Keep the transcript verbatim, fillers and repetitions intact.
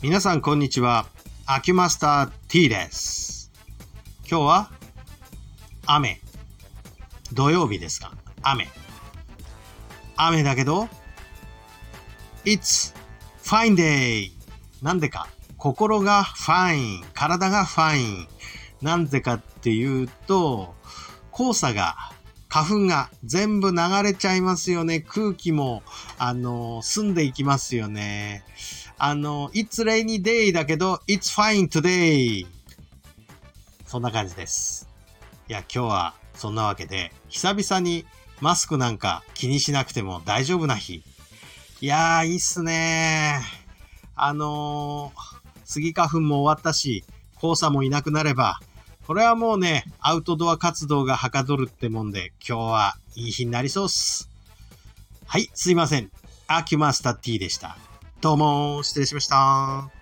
皆さんこんにちは。アキュマスター T です。今日は雨。土曜日ですが、雨。雨だけど、It's fine day。なんでか、心が fine、体が fine。なんでかっていうと、黄砂が、花粉が全部流れちゃいますよね。空気も、あの、澄んでいきますよね。あの、It's rainy day だけど、It's fine today。そんな感じです。いや、今日はそんなわけで、久々にマスクなんか気にしなくても大丈夫な日。いやー、いいっすねー。あのー、スギ花粉も終わったし、黄砂もいなくなれば、これはもうね、アウトドア活動がはかどるってもんで、今日はいい日になりそうっす。はい、すいません。アキュマスター T でした。どうも、失礼しました。